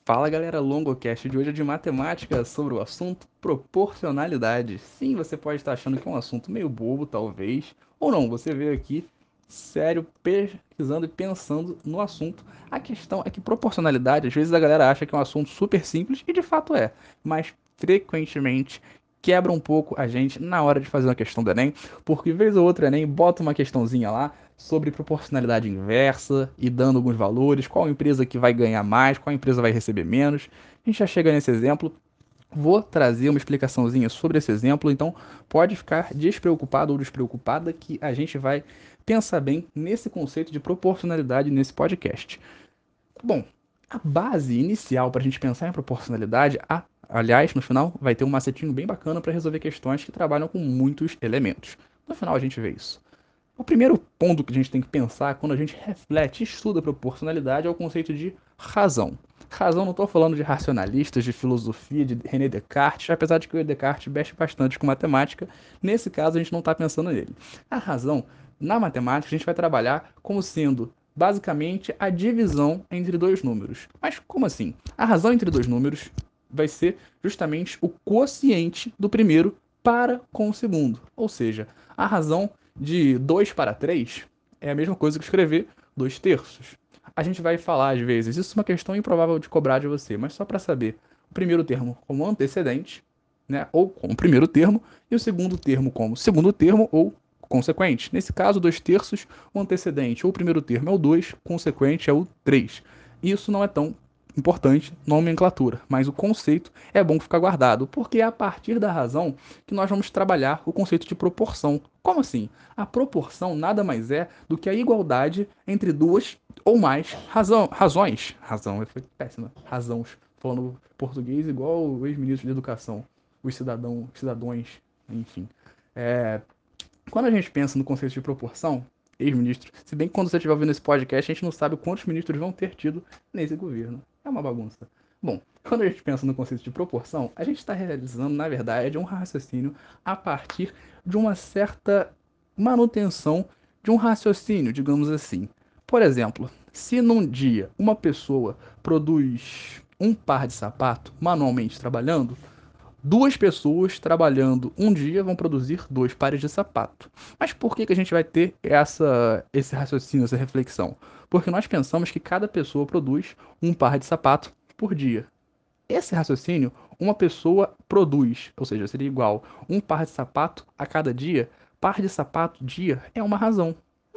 Fala galera, LongoCast de hoje é de matemática sobre o assunto proporcionalidade. Sim, você pode estar achando que é um assunto meio bobo, talvez, ou não, você veio aqui sério, pesquisando e pensando no assunto. A questão é que proporcionalidade, às vezes a galera acha que é um assunto super simples, e de fato é, mas frequentemente quebra um pouco a gente na hora de fazer uma questão do Enem, porque vez ou outra o Enem bota uma questãozinha lá sobre proporcionalidade inversa e dando alguns valores, qual empresa que vai ganhar mais, qual empresa vai receber menos. A gente já chega nesse exemplo. Vou trazer uma explicaçãozinha sobre esse exemplo, então pode ficar despreocupado ou despreocupada que a gente vai pensar bem nesse conceito de proporcionalidade nesse podcast. Bom, a base inicial para a gente pensar em proporcionalidade, aliás, no final vai ter um macetinho bem bacana para resolver questões que trabalham com muitos elementos. No final a gente vê isso. O primeiro ponto que a gente tem que pensar quando a gente reflete e estuda a proporcionalidade é o conceito de razão. Razão, não estou falando de racionalistas, de filosofia, de René Descartes, apesar de que o Descartes mexe bastante com matemática, nesse caso a gente não está pensando nele. A razão, na matemática, a gente vai trabalhar como sendo basicamente a divisão entre dois números. Mas como assim? A razão entre dois números vai ser justamente o quociente do primeiro para com o segundo. Ou seja, a razão de 2 para 3 é a mesma coisa que escrever 2 terços. A gente vai falar às vezes, isso é uma questão improvável de cobrar de você, mas só para saber o primeiro termo como antecedente, né, ou como primeiro termo, e o segundo termo como segundo termo ou consequente. Nesse caso, 2 terços, o antecedente ou o primeiro termo é o 2, consequente é o 3. Isso não é tão importante nomenclatura, mas o conceito é bom ficar guardado, porque é a partir da razão que nós vamos trabalhar o conceito de proporção. Como assim? A proporção nada mais é do que a igualdade entre duas ou mais razões. Razão, foi péssima. Razões. Falando português igual o ex-ministro de Educação. Cidadãos, enfim. É, quando a gente pensa no conceito de proporção, ex-ministro, se bem que quando você estiver ouvindo esse podcast, a gente não sabe quantos ministros vão ter tido nesse governo. É uma bagunça. Bom, quando a gente pensa no conceito de proporção, a gente está realizando, na verdade, um raciocínio a partir de uma certa manutenção de um raciocínio, digamos assim. Por exemplo, se num dia uma pessoa produz um par de sapato manualmente trabalhando, duas pessoas trabalhando um dia vão produzir dois pares de sapato. Mas por que a gente vai ter esse raciocínio, essa reflexão? Porque nós pensamos que cada pessoa produz um par de sapato por dia. Esse raciocínio, uma pessoa produz, ou seja, seria igual um par de sapato a cada dia. Par de sapato dia é uma razão.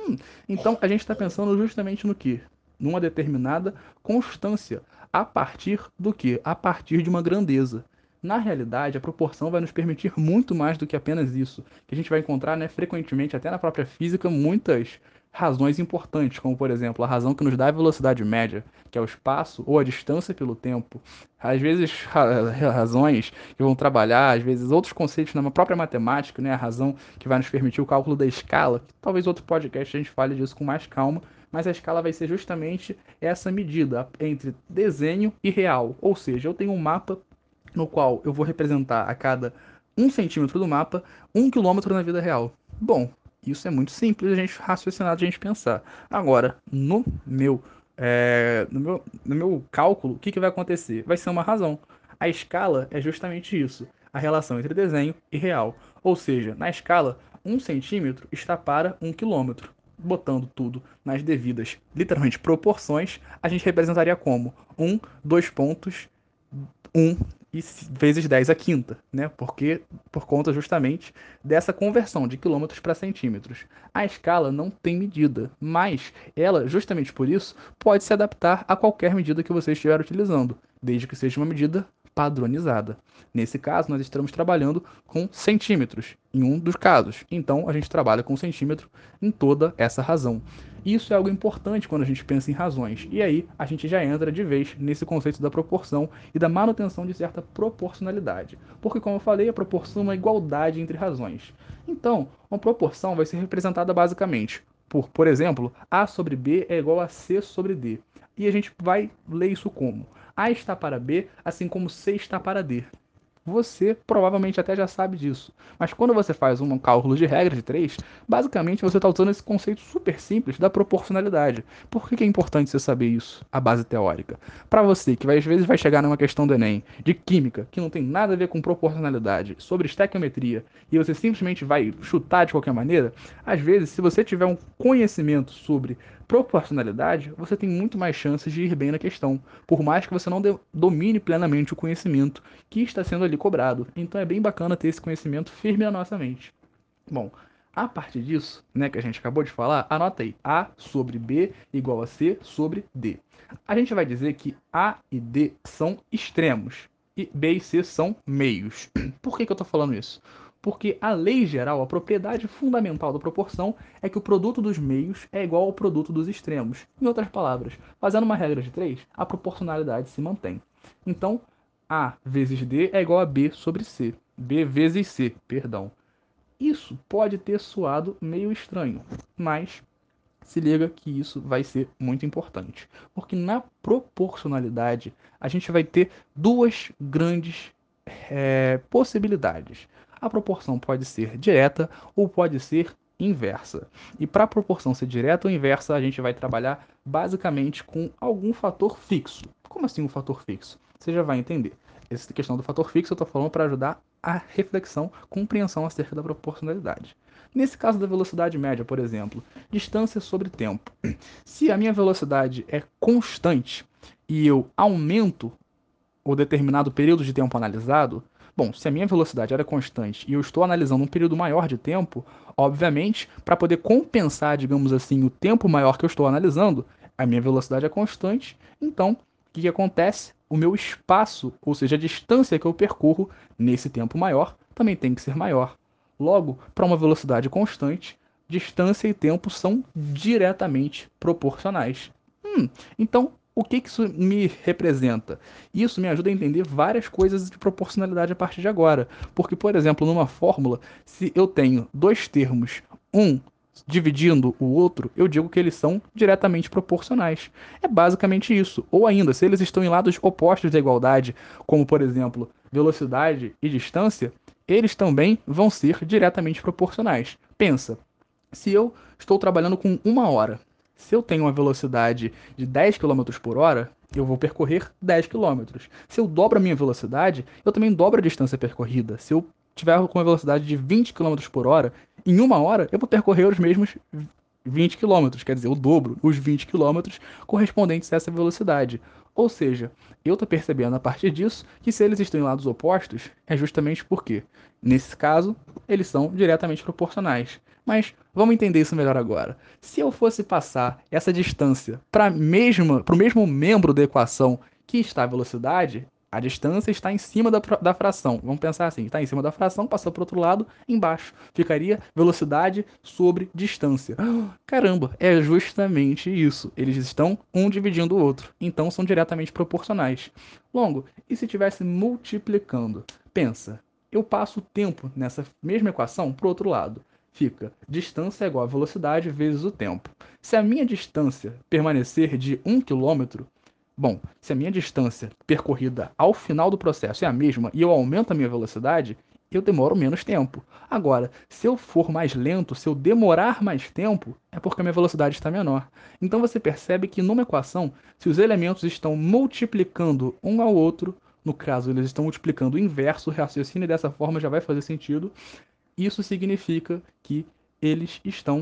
Então a gente está pensando justamente no que? Numa determinada constância. A partir do que? A partir de uma grandeza. Na realidade, a proporção vai nos permitir muito mais do que apenas isso, que a gente vai encontrar, né, frequentemente, até na própria física, muitas razões importantes, como por exemplo, a razão que nos dá a velocidade média, que é o espaço ou a distância pelo tempo. Às vezes, razões que vão trabalhar, às vezes, outros conceitos na própria matemática, né, a razão que vai nos permitir o cálculo da escala, que talvez outro podcast a gente fale disso com mais calma, mas a escala vai ser justamente essa medida entre desenho e real. Ou seja, eu tenho um mapa no qual eu vou representar a cada 1 centímetro do mapa 1 quilômetro na vida real. Bom, isso é muito simples a gente raciocinar, a gente pensar. Agora, no meu cálculo, o que vai acontecer? Vai ser uma razão. A escala é justamente isso, a relação entre desenho e real. Ou seja, na escala, 1 centímetro está para 1 quilômetro. Botando tudo nas devidas, literalmente, proporções, a gente representaria como 2 pontos, 1 e vezes 10 a quinta, né? Porque por conta justamente dessa conversão de quilômetros para centímetros. A escala não tem medida, mas ela, justamente por isso, pode se adaptar a qualquer medida que você estiver utilizando, desde que seja uma medida padronizada. Nesse caso, nós estamos trabalhando com centímetros, em um dos casos. Então, a gente trabalha com centímetro em toda essa razão. Isso é algo importante quando a gente pensa em razões. E aí, a gente já entra de vez nesse conceito da proporção e da manutenção de certa proporcionalidade. Porque, como eu falei, a proporção é uma igualdade entre razões. Então, uma proporção vai ser representada basicamente por exemplo, A sobre B é igual a C sobre D. E a gente vai ler isso como A está para B, assim como C está para D. Você provavelmente até já sabe disso. Mas quando você faz um cálculo de regra de 3, basicamente você está usando esse conceito super simples da proporcionalidade. Por que é importante você saber isso, a base teórica? Para você, que às vezes vai chegar numa questão do Enem, de química, que não tem nada a ver com proporcionalidade, sobre estequiometria, e você simplesmente vai chutar de qualquer maneira, às vezes, se você tiver um conhecimento sobre proporcionalidade, você tem muito mais chances de ir bem na questão, por mais que você não domine plenamente o conhecimento que está sendo ali cobrado. Então é bem bacana ter esse conhecimento firme na nossa mente. Bom, a partir disso, né, que a gente acabou de falar, anota aí, A sobre B igual a C sobre D. A gente vai dizer que A e D são extremos e B e C são meios. Por que eu estou falando isso? Porque a lei geral, a propriedade fundamental da proporção é que o produto dos meios é igual ao produto dos extremos. Em outras palavras, fazendo uma regra de 3, a proporcionalidade se mantém. Então, A vezes D é igual a B sobre C. B vezes C, perdão. Isso pode ter soado meio estranho, mas se liga que isso vai ser muito importante, porque na proporcionalidade a gente vai ter duas grandes possibilidades. A proporção pode ser direta ou pode ser inversa. E para a proporção ser direta ou inversa, a gente vai trabalhar basicamente com algum fator fixo. Como assim um fator fixo? Você já vai entender. Essa questão do fator fixo eu estou falando para ajudar a reflexão, compreensão acerca da proporcionalidade. Nesse caso da velocidade média, por exemplo, distância sobre tempo. Se a minha velocidade é constante e eu aumento o determinado período de tempo analisado, bom, se a minha velocidade era constante e eu estou analisando um período maior de tempo, obviamente, para poder compensar, digamos assim, o tempo maior que eu estou analisando, a minha velocidade é constante, então, o que acontece? O meu espaço, ou seja, a distância que eu percorro nesse tempo maior, também tem que ser maior. Logo, para uma velocidade constante, distância e tempo são diretamente proporcionais. Então, o que isso me representa? Isso me ajuda a entender várias coisas de proporcionalidade a partir de agora. Porque, por exemplo, numa fórmula, se eu tenho dois termos, um dividindo o outro, eu digo que eles são diretamente proporcionais. É basicamente isso. Ou ainda, se eles estão em lados opostos da igualdade, como por exemplo, velocidade e distância, eles também vão ser diretamente proporcionais. Pensa, se eu estou trabalhando com uma hora, se eu tenho uma velocidade de 10 quilômetros por hora, eu vou percorrer 10 quilômetros. Se eu dobro a minha velocidade, eu também dobro a distância percorrida. Se eu tiver com uma velocidade de 20 quilômetros por hora, em uma hora eu vou percorrer os mesmos 20 quilômetros, quer dizer, o dobro, os 20 quilômetros correspondentes a essa velocidade. Ou seja, eu estou percebendo a partir disso que se eles estão em lados opostos, é justamente porque, nesse caso, eles são diretamente proporcionais. Mas vamos entender isso melhor agora. Se eu fosse passar essa distância para o mesmo membro da equação que está a velocidade, a distância está em cima da fração. Vamos pensar assim: está em cima da fração, passou para o outro lado, embaixo. Ficaria velocidade sobre distância. Caramba, é justamente isso. Eles estão um dividindo o outro. Então são diretamente proporcionais. Longo, e se estivesse multiplicando? Pensa, eu passo o tempo nessa mesma equação para o outro lado. Fica distância é igual a velocidade vezes o tempo. Se a minha distância permanecer de 1 quilômetro, bom, se a minha distância percorrida ao final do processo é a mesma e eu aumento a minha velocidade, eu demoro menos tempo. Agora, se eu for mais lento, se eu demorar mais tempo, é porque a minha velocidade está menor. Então você percebe que numa equação, se os elementos estão multiplicando um ao outro, no caso eles estão multiplicando o inverso, o raciocínio dessa forma já vai fazer sentido, isso significa que eles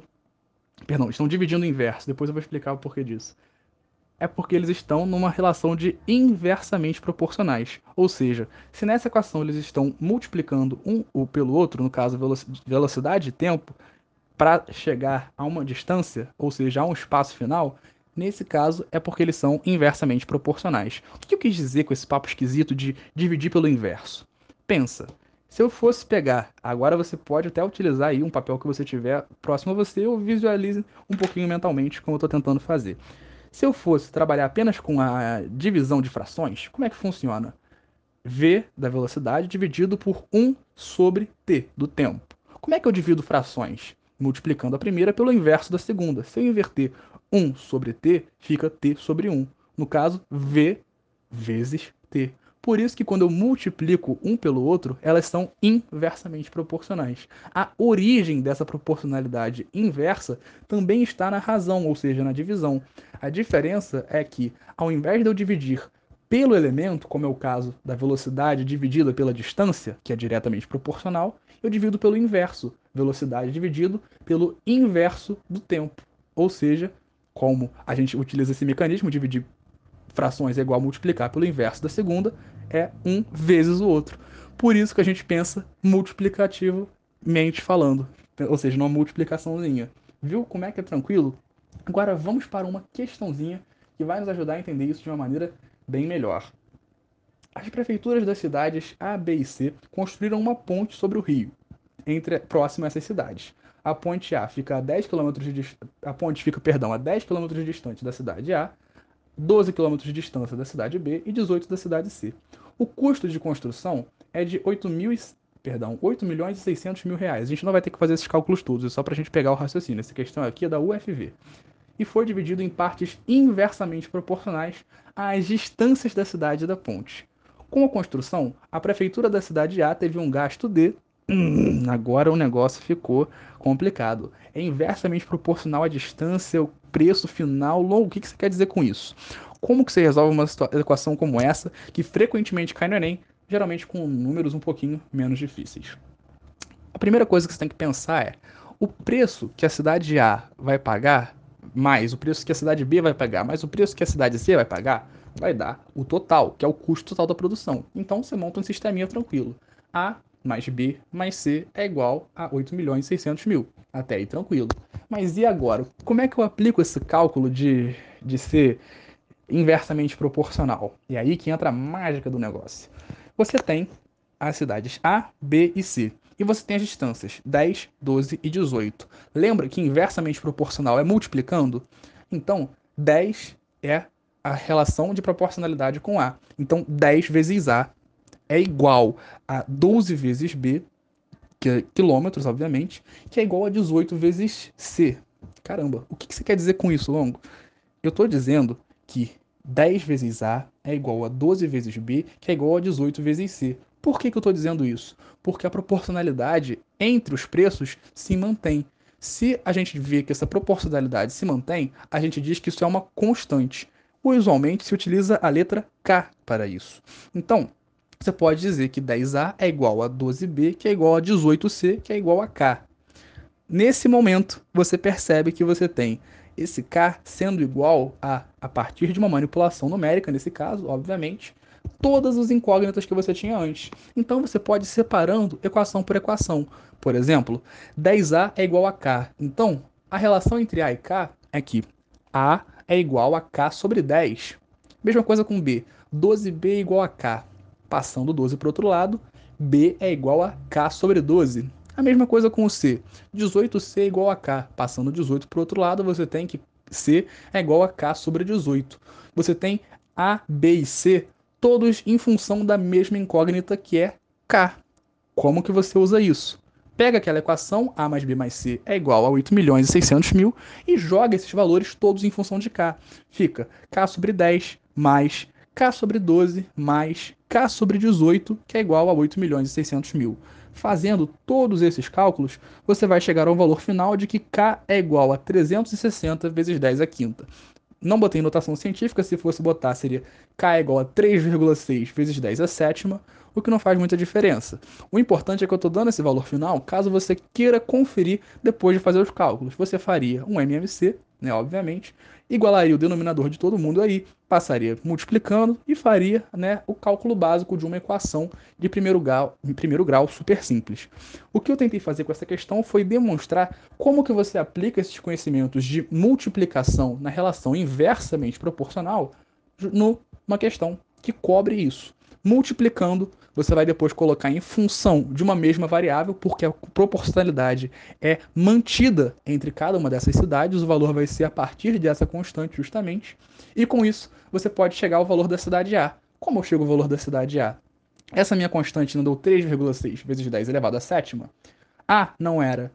estão dividindo o inverso. Depois eu vou explicar o porquê disso. É porque eles estão numa relação de inversamente proporcionais. Ou seja, se nessa equação eles estão multiplicando um pelo outro, no caso velocidade e tempo, para chegar a uma distância, ou seja, a um espaço final, nesse caso é porque eles são inversamente proporcionais. O que eu quis dizer com esse papo esquisito de dividir pelo inverso? Pensa, se eu fosse pegar, agora você pode até utilizar aí um papel que você tiver próximo a você ou visualize um pouquinho mentalmente como eu estou tentando fazer. Se eu fosse trabalhar apenas com a divisão de frações, como é que funciona? V da velocidade dividido por 1 sobre t do tempo. Como é que eu divido frações? Multiplicando a primeira pelo inverso da segunda. Se eu inverter 1 sobre t, fica t sobre 1. No caso, v vezes t. Por isso que quando eu multiplico um pelo outro, elas são inversamente proporcionais. A origem dessa proporcionalidade inversa também está na razão, ou seja, na divisão. A diferença é que, ao invés de eu dividir pelo elemento, como é o caso da velocidade dividida pela distância, que é diretamente proporcional, eu divido pelo inverso, velocidade dividido pelo inverso do tempo. Ou seja, como a gente utiliza esse mecanismo, dividir frações é igual a multiplicar pelo inverso da segunda, é um vezes o outro. Por isso que a gente pensa multiplicativamente falando, ou seja, numa multiplicaçãozinha. Viu como é que é tranquilo? Agora vamos para uma questãozinha que vai nos ajudar a entender isso de uma maneira bem melhor. As prefeituras das cidades A, B e C construíram uma ponte sobre o rio, próximo a essas cidades. A ponte A fica a 10 quilômetros a ponte fica, perdão, a 10 quilômetros distante da cidade A, 12 quilômetros de distância da cidade B e 18 da cidade C. O custo de construção é de 8 milhões e 600 mil reais. A gente não vai ter que fazer esses cálculos todos, é só para a gente pegar o raciocínio. Essa questão aqui é da UFV. E foi dividido em partes inversamente proporcionais às distâncias da cidade e da ponte. Com a construção, a prefeitura da cidade A teve um gasto de. Agora o negócio ficou complicado. É inversamente proporcional à distância, o preço final. O que você quer dizer com isso? Como que você resolve uma equação como essa, que frequentemente cai no Enem, geralmente com números um pouquinho menos difíceis? A primeira coisa que você tem que pensar é o preço que a cidade A vai pagar, mais o preço que a cidade B vai pagar, mais o preço que a cidade C vai pagar, vai dar o total, que é o custo total da produção. Então você monta um sisteminha tranquilo. A mais B mais C é igual a 8 milhões e 600 mil. Até aí tranquilo. Mas e agora? Como é que eu aplico esse cálculo de ser inversamente proporcional? E aí que entra a mágica do negócio. Você tem as cidades A, B e C. E você tem as distâncias 10, 12 e 18. Lembra que inversamente proporcional é multiplicando? Então, 10 é a relação de proporcionalidade com A. Então, 10 vezes A é igual a 12 vezes B, que é quilômetros, obviamente, que é igual a 18 vezes C. Caramba, o que você quer dizer com isso, Longo? Eu estou dizendo que 10 vezes A é igual a 12 vezes B, que é igual a 18 vezes C. Por que eu estou dizendo isso? Porque a proporcionalidade entre os preços se mantém. Se a gente vê que essa proporcionalidade se mantém, a gente diz que isso é uma constante. Usualmente se utiliza a letra K para isso. Então, você pode dizer que 10A é igual a 12B, que é igual a 18C, que é igual a K. Nesse momento, você percebe que você tem esse K sendo igual a partir de uma manipulação numérica, nesse caso, obviamente, todas as incógnitas que você tinha antes. Então você pode ir separando equação por equação. Por exemplo, 10A é igual a K. Então, a relação entre A e K é que A é igual a K sobre 10. Mesma coisa com B. 12B é igual a K. Passando o 12 para o outro lado, B é igual a K sobre 12. A mesma coisa com o C. 18C é igual a K. Passando 18 para o outro lado, você tem que C é igual a K sobre 18. Você tem A, B e C todos em função da mesma incógnita que é K. Como que você usa isso? Pega aquela equação, A mais B mais C é igual a 8 milhões e 600 mil e joga esses valores todos em função de K. Fica K sobre 10 mais K sobre 12 mais K sobre 18, que é igual a 8 milhões e 600 mil. Fazendo todos esses cálculos, você vai chegar ao valor final de que K é igual a 360 vezes 10 à quinta. Não botei notação científica, se fosse botar seria K é igual a 3,6 vezes 10 à sétima, o que não faz muita diferença. O importante é que eu estou dando esse valor final caso você queira conferir depois de fazer os cálculos. Você faria um MMC, né, obviamente, igualaria o denominador de todo mundo aí, passaria multiplicando e faria, né, o cálculo básico de uma equação de primeiro grau super simples. O que eu tentei fazer com essa questão foi demonstrar como que você aplica esses conhecimentos de multiplicação na relação inversamente proporcional numa questão que cobre isso. Multiplicando, você vai depois colocar em função de uma mesma variável, porque a proporcionalidade é mantida entre cada uma dessas cidades, o valor vai ser a partir dessa constante justamente, e com isso você pode chegar ao valor da cidade A. Como eu chego ao valor da cidade A? Essa minha constante não deu 3,6 vezes 10 elevado à sétima? A não era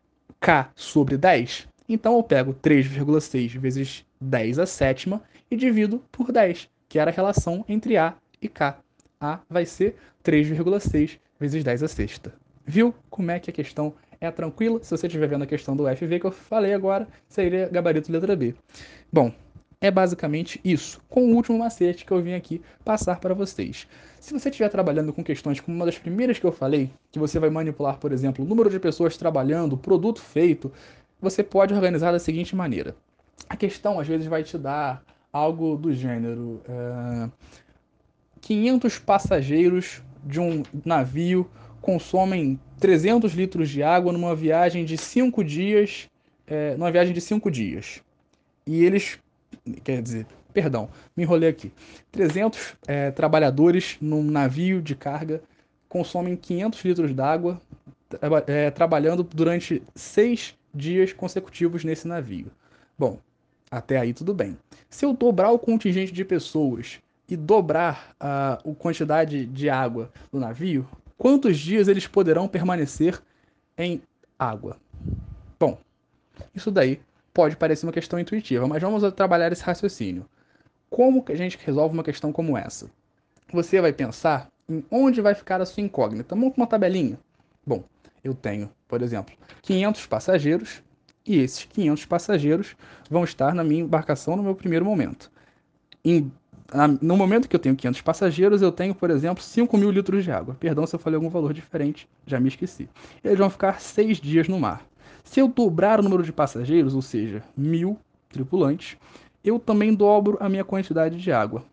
K sobre 10? Então eu pego 3,6 vezes 10 à sétima e divido por 10, que era a relação entre A e K. A vai ser 3,6 vezes 10 a sexta. Viu como é que a questão é tranquila? Se você estiver vendo a questão do FV que eu falei agora, seria gabarito letra B. Bom, é basicamente isso, com o último macete que eu vim aqui passar para vocês. Se você estiver trabalhando com questões como uma das primeiras que eu falei, que você vai manipular, por exemplo, o número de pessoas trabalhando, o produto feito, você pode organizar da seguinte maneira. A questão às vezes vai te dar algo do gênero 500 passageiros de um navio consomem 300 litros de água numa viagem de 5 dias, E eles, quer dizer, perdão, me enrolei aqui. 300 trabalhadores num navio de carga consomem 500 litros d'água trabalhando durante 6 dias consecutivos nesse navio. Bom, até aí tudo bem. Se eu dobrar o contingente de pessoas e dobrar a quantidade de água do navio, quantos dias eles poderão permanecer em água? Bom, isso daí pode parecer uma questão intuitiva, mas vamos trabalhar esse raciocínio. Como que a gente resolve uma questão como essa? Você vai pensar em onde vai ficar a sua incógnita. Monta uma tabelinha. Bom, eu tenho, por exemplo, 500 passageiros e esses 500 passageiros vão estar na minha embarcação no meu primeiro momento. No momento que eu tenho 500 passageiros, eu tenho, por exemplo, 5.000 litros de água. Perdão se eu falei algum valor diferente, já me esqueci. Eles vão ficar 6 dias no mar. Se eu dobrar o número de passageiros, ou seja, 1.000 tripulantes, eu também dobro a minha quantidade de água.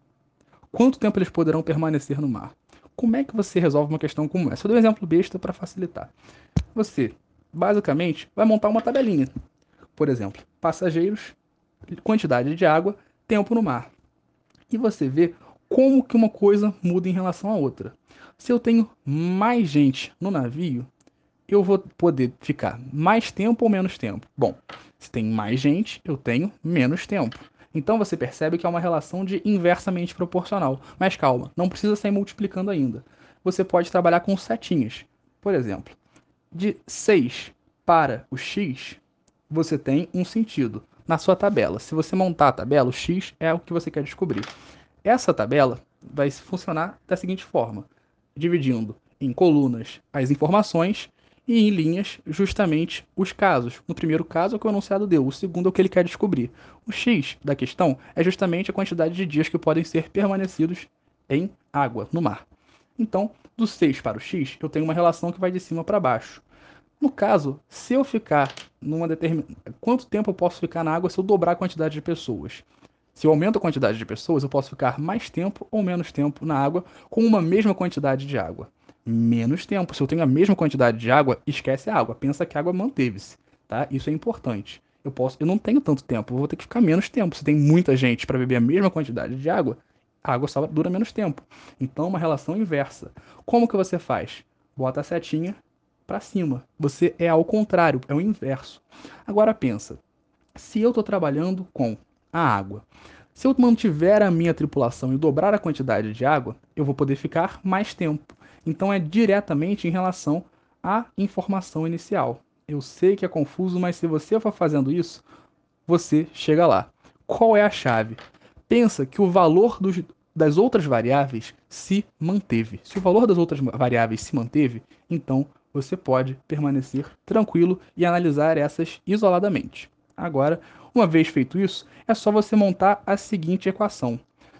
Quanto tempo eles poderão permanecer no mar? Como é que você resolve uma questão como essa? Eu dou um exemplo besta para facilitar. Você, basicamente, vai montar uma tabelinha. Por exemplo, passageiros, quantidade de água, tempo no mar. E você vê como que uma coisa muda em relação à outra. Se eu tenho mais gente no navio, eu vou poder ficar mais tempo ou menos tempo? Bom, se tem mais gente, eu tenho menos tempo. Então você percebe que é uma relação de inversamente proporcional. Mas calma, não precisa sair multiplicando ainda. Você pode trabalhar com setinhas. Por exemplo, de 6 para o x, você tem um sentido na sua tabela. Se você montar a tabela, o x é o que você quer descobrir. Essa tabela vai funcionar da seguinte forma, dividindo em colunas as informações e em linhas justamente os casos. No primeiro caso é o que o enunciado deu, o segundo é o que ele quer descobrir. O x da questão é justamente a quantidade de dias que podem ser permanecidos em água, no mar. Então, do 6 para o x, eu tenho uma relação que vai de cima para baixo. No caso, se eu ficar numa determinada. Quanto tempo eu posso ficar na água se eu dobrar a quantidade de pessoas? Se eu aumento a quantidade de pessoas, eu posso ficar mais tempo ou menos tempo na água com uma mesma quantidade de água. Menos tempo. Se eu tenho a mesma quantidade de água, esquece a água. Pensa que a água manteve-se, tá? Isso é importante. Eu não tenho tanto tempo, eu vou ter que ficar menos tempo. Se tem muita gente para beber a mesma quantidade de água, a água só dura menos tempo. Então, uma relação inversa. Como que você faz? Bota a setinha para cima. Você é ao contrário, é o inverso. Agora pensa, se eu estou trabalhando com a água, se eu mantiver a minha tripulação e dobrar a quantidade de água, eu vou poder ficar mais tempo. Então é diretamente em relação à informação inicial. Eu sei que é confuso, mas se você for fazendo isso, você chega lá. Qual é a chave? Pensa que o valor das outras variáveis se manteve. Se o valor das outras variáveis se manteve, então você pode permanecer tranquilo e analisar essas isoladamente. Agora, uma vez feito isso, é só você montar a seguinte equação.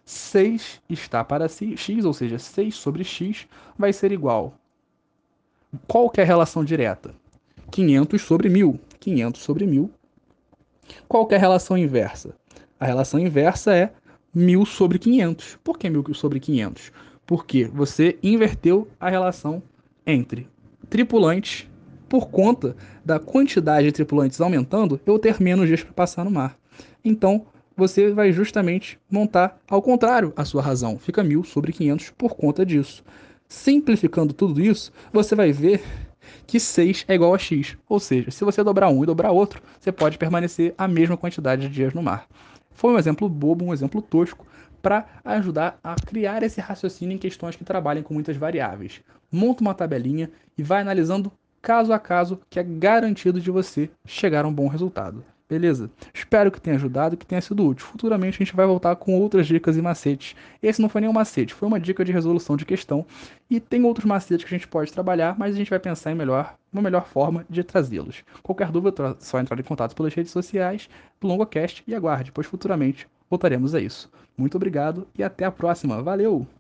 6 está para x, ou seja, 6 sobre x vai ser igual. Qual que é a relação direta? 500 sobre 1.000. 500 sobre 1.000. Qual que é a relação inversa? A relação inversa é 1.000 sobre 500. Por que 1.000 sobre 500? Porque você inverteu a relação entre tripulantes por conta da quantidade de tripulantes aumentando, eu ter menos dias para passar no mar. Então, você vai justamente montar ao contrário a sua razão. Fica 1.000 sobre 500 por conta disso. Simplificando tudo isso, você vai ver que 6 é igual a x. Ou seja, se você dobrar um e dobrar outro, você pode permanecer a mesma quantidade de dias no mar. Foi um exemplo bobo, um exemplo tosco, para ajudar a criar esse raciocínio em questões que trabalhem com muitas variáveis. Monta uma tabelinha e vai analisando caso a caso, que é garantido de você chegar a um bom resultado. Beleza? Espero que tenha ajudado e que tenha sido útil. Futuramente a gente vai voltar com outras dicas e macetes. Esse não foi nenhum macete, foi uma dica de resolução de questão. E tem outros macetes que a gente pode trabalhar, mas a gente vai pensar em uma melhor forma de trazê-los. Qualquer dúvida, é só entrar em contato pelas redes sociais do LongoCast e aguarde, pois futuramente voltaremos a isso. Muito obrigado e até a próxima. Valeu!